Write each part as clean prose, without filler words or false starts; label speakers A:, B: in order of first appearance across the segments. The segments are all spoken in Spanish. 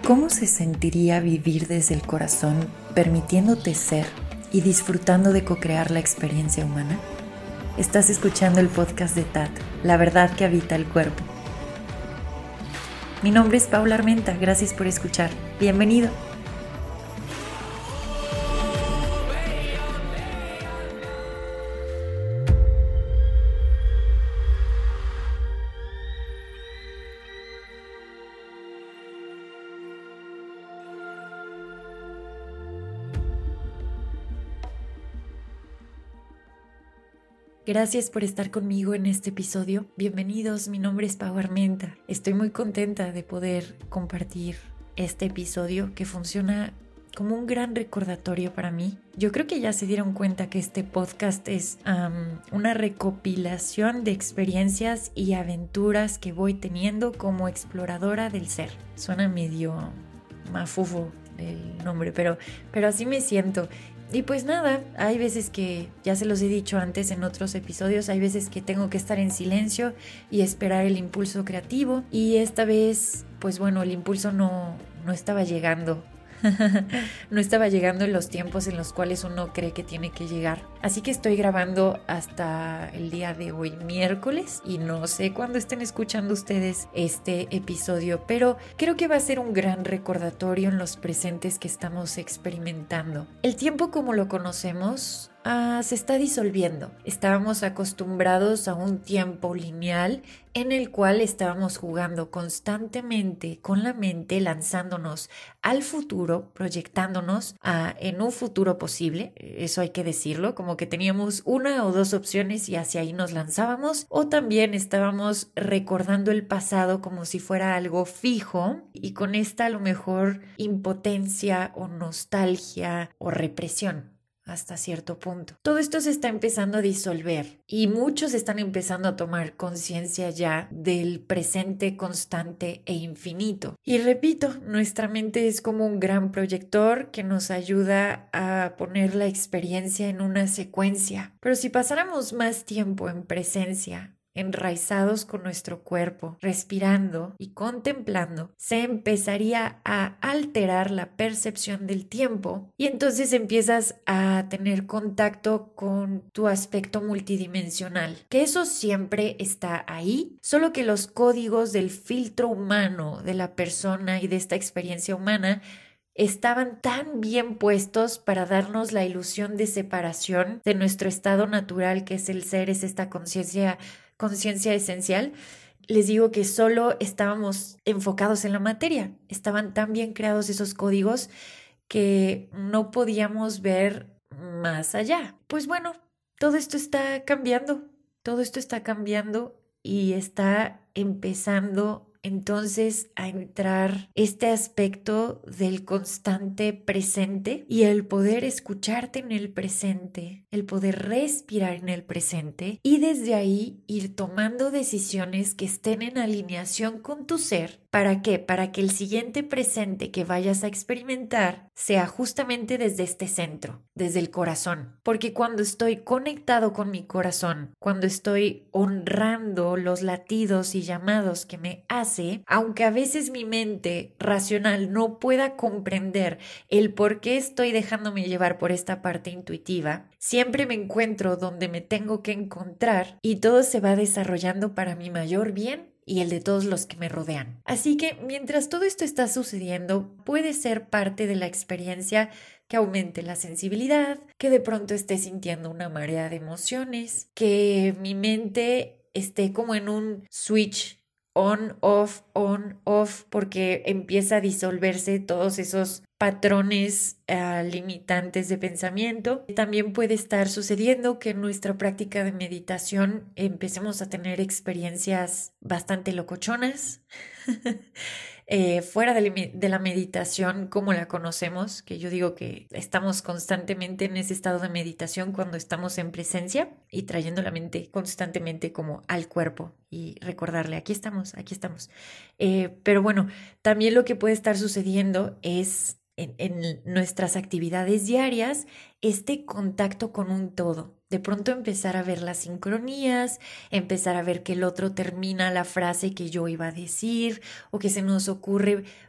A: ¿Cómo se sentiría vivir desde el corazón, permitiéndote ser y disfrutando de co-crear la experiencia humana? Estás escuchando el podcast de TAT, la verdad que habita el cuerpo. Mi nombre es Paula Armenta, gracias por escuchar. Bienvenido. Gracias por estar conmigo en este episodio. Bienvenidos, mi nombre es Pau Armenta. Estoy muy contenta de poder compartir este episodio que funciona como un gran recordatorio para mí. Yo creo que ya se dieron cuenta que este podcast es una recopilación de experiencias y aventuras que voy teniendo como exploradora del ser. Suena medio mafufo el nombre, pero así me siento. Y pues nada, hay veces que, ya se los he dicho antes en otros episodios, hay veces que tengo que estar en silencio y esperar el impulso creativo. Y esta vez, pues bueno, el impulso no estaba llegando. No estaba llegando en los tiempos en los cuales uno cree que tiene que llegar. Así que estoy grabando hasta el día de hoy, miércoles, y no sé cuándo estén escuchando ustedes este episodio, pero creo que va a ser un gran recordatorio en los presentes que estamos experimentando. El tiempo como lo conocemos se está disolviendo. Estábamos acostumbrados a un tiempo lineal en el cual estábamos jugando constantemente con la mente, lanzándonos al futuro, proyectándonos en un futuro posible. Eso hay que decirlo, como que teníamos una o dos opciones y hacia ahí nos lanzábamos, o también estábamos recordando el pasado como si fuera algo fijo y con esta a lo mejor impotencia o nostalgia o represión. Hasta cierto punto. Todo esto se está empezando a disolver y muchos están empezando a tomar conciencia ya del presente constante e infinito. Y repito, nuestra mente es como un gran proyector que nos ayuda a poner la experiencia en una secuencia. Pero si pasáramos más tiempo en presencia, enraizados con nuestro cuerpo, respirando y contemplando, se empezaría a alterar la percepción del tiempo y entonces empiezas a tener contacto con tu aspecto multidimensional, que eso siempre está ahí, solo que los códigos del filtro humano de la persona y de esta experiencia humana estaban tan bien puestos para darnos la ilusión de separación de nuestro estado natural, que es el ser, es esta conciencia esencial. Les digo que solo estábamos enfocados en la materia, estaban tan bien creados esos códigos que no podíamos ver más allá. Pues bueno, todo esto está cambiando y está empezando entonces a entrar este aspecto del constante presente y el poder escucharte en el presente, el poder respirar en el presente y desde ahí ir tomando decisiones que estén en alineación con tu ser. ¿Para qué? Para que el siguiente presente que vayas a experimentar sea justamente desde este centro, desde el corazón. Porque cuando estoy conectado con mi corazón, cuando estoy honrando los latidos y llamados que me hace, aunque a veces mi mente racional no pueda comprender el por qué estoy dejándome llevar por esta parte intuitiva, siempre me encuentro donde me tengo que encontrar y todo se va desarrollando para mi mayor bien y el de todos los que me rodean. Así que mientras todo esto está sucediendo, puede ser parte de la experiencia que aumente la sensibilidad, que de pronto esté sintiendo una marea de emociones, que mi mente esté como en un switch on, off, porque empieza a disolverse todos esos patrones limitantes de pensamiento. También puede estar sucediendo que en nuestra práctica de meditación empecemos a tener experiencias bastante locochonas. Fuera de la meditación como la conocemos, que yo digo que estamos constantemente en ese estado de meditación cuando estamos en presencia y trayendo la mente constantemente como al cuerpo y recordarle, aquí estamos. Pero bueno, también lo que puede estar sucediendo es en nuestras actividades diarias este contacto con un todo. De pronto empezar a ver las sincronías, empezar a ver que el otro termina la frase que yo iba a decir o que se nos ocurre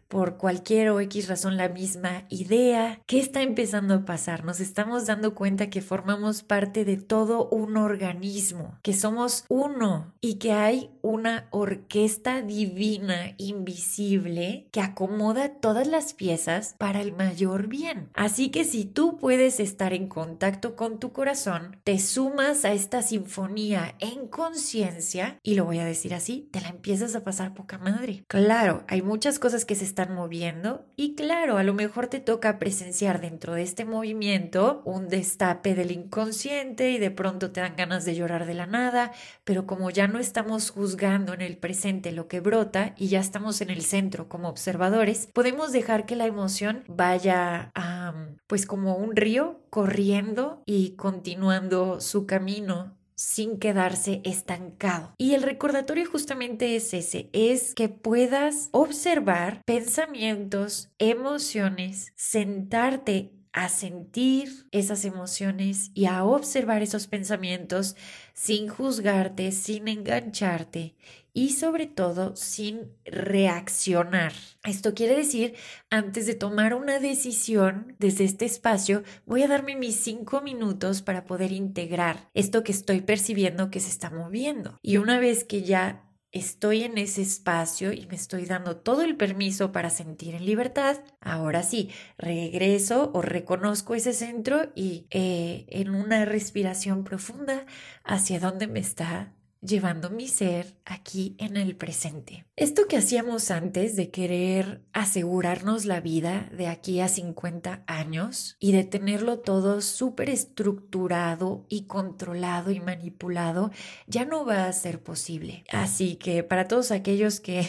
A: por cualquier o X razón la misma idea. ¿Qué está empezando a pasar? Nos estamos dando cuenta que formamos parte de todo un organismo, que somos uno y que hay una orquesta divina, invisible, que acomoda todas las piezas para el mayor bien. Así que si tú puedes estar en contacto con tu corazón, te sumas a esta sinfonía en conciencia y lo voy a decir así, te la empiezas a pasar poca madre. Claro, hay muchas cosas que se están moviendo y claro, a lo mejor te toca presenciar dentro de este movimiento un destape del inconsciente y de pronto te dan ganas de llorar de la nada, pero como ya no estamos juzgando en el presente lo que brota y ya estamos en el centro como observadores, podemos dejar que la emoción vaya pues como un río corriendo y continuando su camino sin quedarse estancado. Y el recordatorio justamente es ese, es que puedas observar pensamientos, emociones, sentarte a sentir esas emociones y a observar esos pensamientos sin juzgarte, sin engancharte y sobre todo sin reaccionar. Esto quiere decir, antes de tomar una decisión desde este espacio, voy a darme mis 5 minutos para poder integrar esto que estoy percibiendo que se está moviendo. Y una vez que ya estoy en ese espacio y me estoy dando todo el permiso para sentir en libertad, ahora sí, regreso o reconozco ese centro y en una respiración profunda hacia dónde me está llevando mi ser aquí en el presente. Esto que hacíamos antes de querer asegurarnos la vida de aquí a 50 años y de tenerlo todo súper estructurado y controlado y manipulado, ya no va a ser posible. Así que para todos aquellos que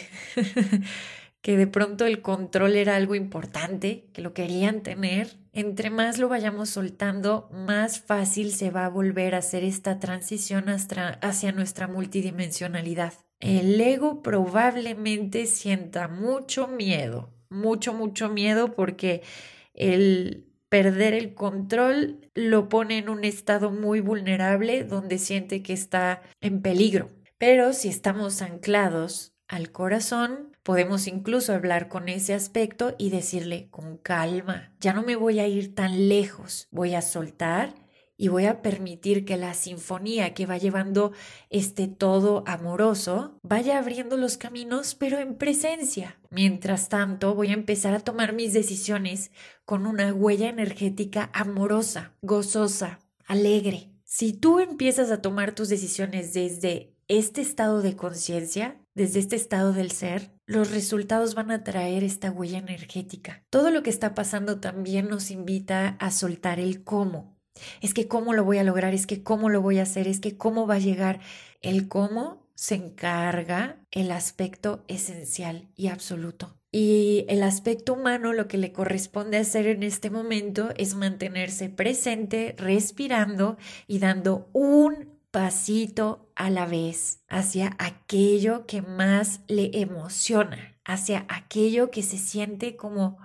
A: que de pronto el control era algo importante, que lo querían tener, entre más lo vayamos soltando, más fácil se va a volver a hacer esta transición hacia nuestra multidimensionalidad. El ego probablemente sienta mucho miedo porque el perder el control lo pone en un estado muy vulnerable donde siente que está en peligro. Pero si estamos anclados al corazón, podemos incluso hablar con ese aspecto y decirle con calma, ya no me voy a ir tan lejos, voy a soltar y voy a permitir que la sinfonía que va llevando este todo amoroso vaya abriendo los caminos, pero en presencia. Mientras tanto, voy a empezar a tomar mis decisiones con una huella energética amorosa, gozosa, alegre. Si tú empiezas a tomar tus decisiones desde este estado de conciencia, desde este estado del ser, los resultados van a traer esta huella energética. Todo lo que está pasando también nos invita a soltar el cómo. Es que cómo lo voy a lograr, es que cómo lo voy a hacer, es que cómo va a llegar. El cómo se encarga el aspecto esencial y absoluto. Y el aspecto humano lo que le corresponde hacer en este momento es mantenerse presente, respirando y dando un pasito a la vez hacia aquello que más le emociona, hacia aquello que se siente como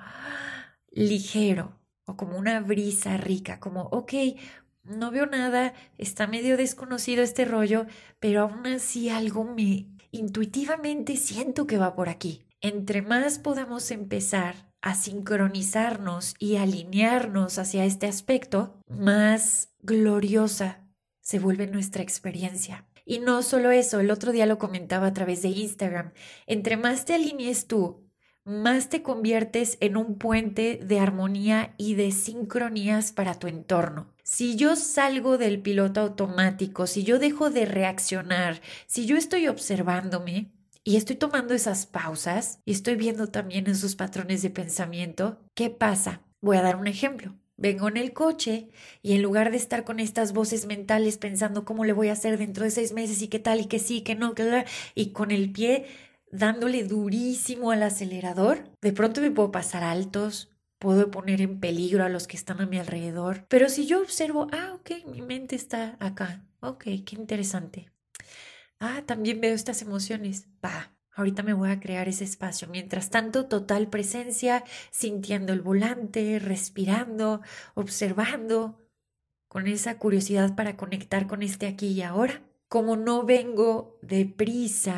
A: ligero o como una brisa rica, como, ok, no veo nada, está medio desconocido este rollo, pero aún así algo me intuitivamente siento que va por aquí. Entre más podamos empezar a sincronizarnos y alinearnos hacia este aspecto, más gloriosa se vuelve nuestra experiencia. Y no solo eso, el otro día lo comentaba a través de Instagram, entre más te alinees tú, más te conviertes en un puente de armonía y de sincronías para tu entorno. Si yo salgo del piloto automático, si yo dejo de reaccionar, si yo estoy observándome y estoy tomando esas pausas y estoy viendo también esos patrones de pensamiento, ¿qué pasa? Voy a dar un ejemplo. Vengo en el coche y en lugar de estar con estas voces mentales pensando cómo le voy a hacer dentro de 6 meses y qué tal y que sí, que no, y con el pie dándole durísimo al acelerador, de pronto me puedo pasar altos, puedo poner en peligro a los que están a mi alrededor. Pero si yo observo, ok, mi mente está acá, ok, qué interesante. También veo estas emociones, ahorita me voy a crear ese espacio. Mientras tanto, total presencia, sintiendo el volante, respirando, observando, con esa curiosidad para conectar con este aquí y ahora. Como no vengo deprisa,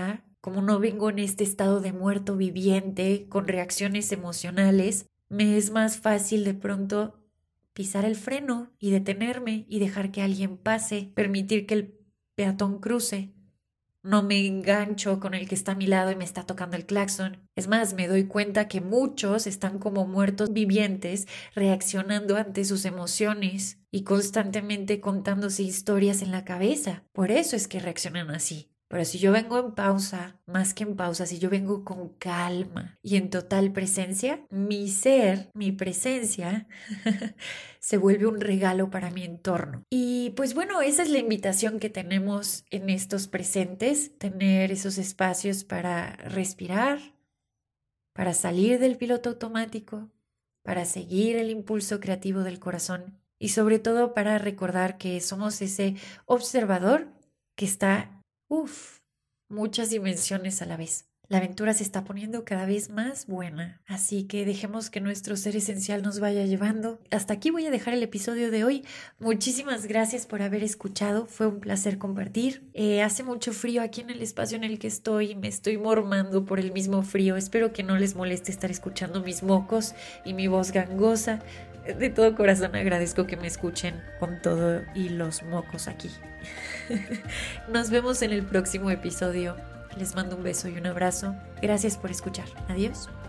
A: como no vengo en este estado de muerto viviente con reacciones emocionales, me es más fácil de pronto pisar el freno y detenerme y dejar que alguien pase, permitir que el peatón cruce. No me engancho con el que está a mi lado y me está tocando el claxon. Es más, me doy cuenta que muchos están como muertos vivientes reaccionando ante sus emociones y constantemente contándose historias en la cabeza. Por eso es que reaccionan así. Pero si yo vengo en pausa, más que en pausa, si yo vengo con calma y en total presencia, mi ser, mi presencia, se vuelve un regalo para mi entorno. Y pues bueno, esa es la invitación que tenemos en estos presentes, tener esos espacios para respirar, para salir del piloto automático, para seguir el impulso creativo del corazón y sobre todo para recordar que somos ese observador que está, muchas dimensiones a la vez. La aventura se está poniendo cada vez más buena, así que dejemos que nuestro ser esencial nos vaya llevando. Hasta aquí voy a dejar el episodio de hoy. Muchísimas gracias por haber escuchado, fue un placer compartir. Hace mucho frío aquí en el espacio en el que estoy, me estoy mormando por el mismo frío. Espero que no les moleste estar escuchando mis mocos y mi voz gangosa. De todo corazón agradezco que me escuchen con todo y los mocos aquí. Nos vemos en el próximo episodio. Les mando un beso y un abrazo. Gracias por escuchar. Adiós.